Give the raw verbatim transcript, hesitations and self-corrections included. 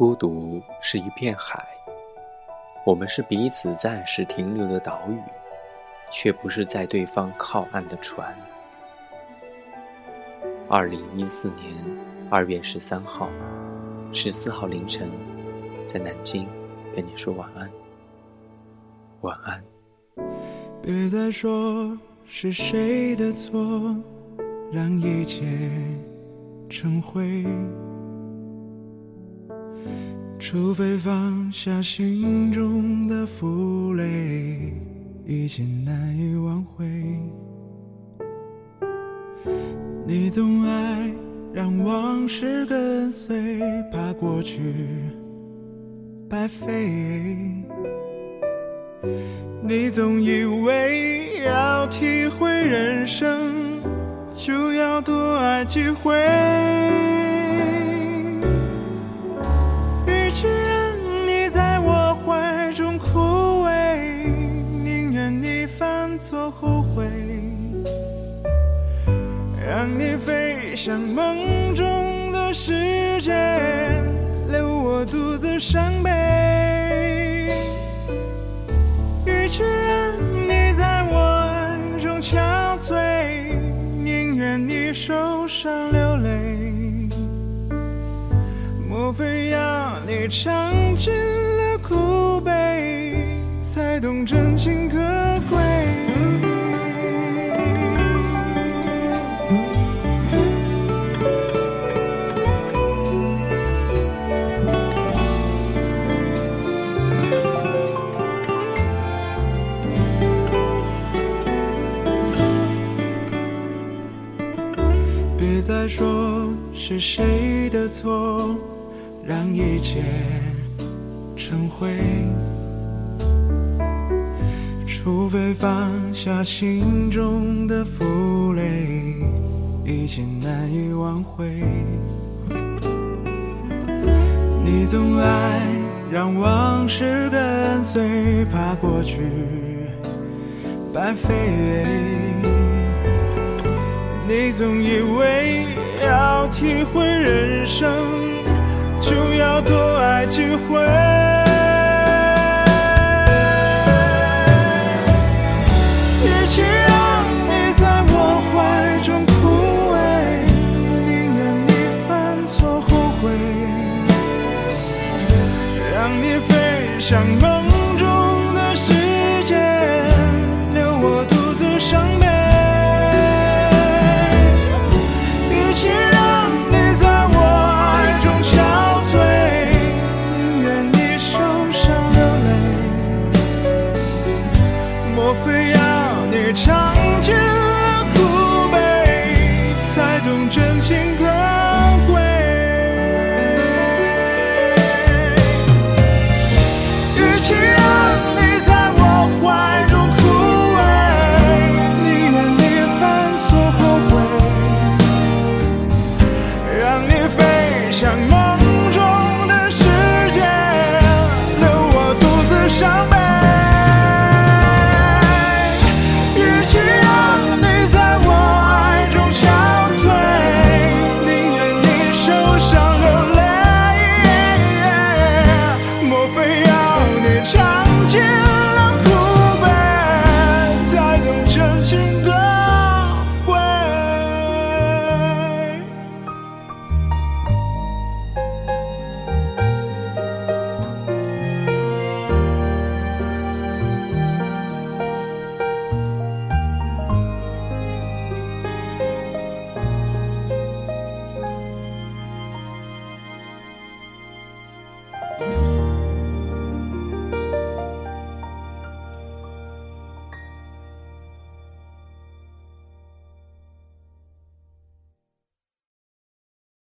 孤独是一片海，我们是彼此暂时停留的岛屿，却不是在对方靠岸的船。二零一四年二月十三号、十四号凌晨，在南京跟你说晚安，晚安。 别再说是谁的错，让一切成灰。除非放下心中的负累，一切难以挽回。你总爱让往事跟随，怕过去白费。你总以为要体会人生，就要多爱几回。与其让你在我怀中枯萎，宁愿你犯错后悔，让你飞向梦中的世界，留我独自伤悲。与其让你在我爱中憔悴，宁愿你受伤流泪。莫非要你尝尽了苦悲，才懂真情可贵？别再说是谁的错，让一切成灰。除非放下心中的负累，一切难以挽回。你总爱让往事跟随，怕过去白费。你总以为要体会人生，就要多爱几回。与其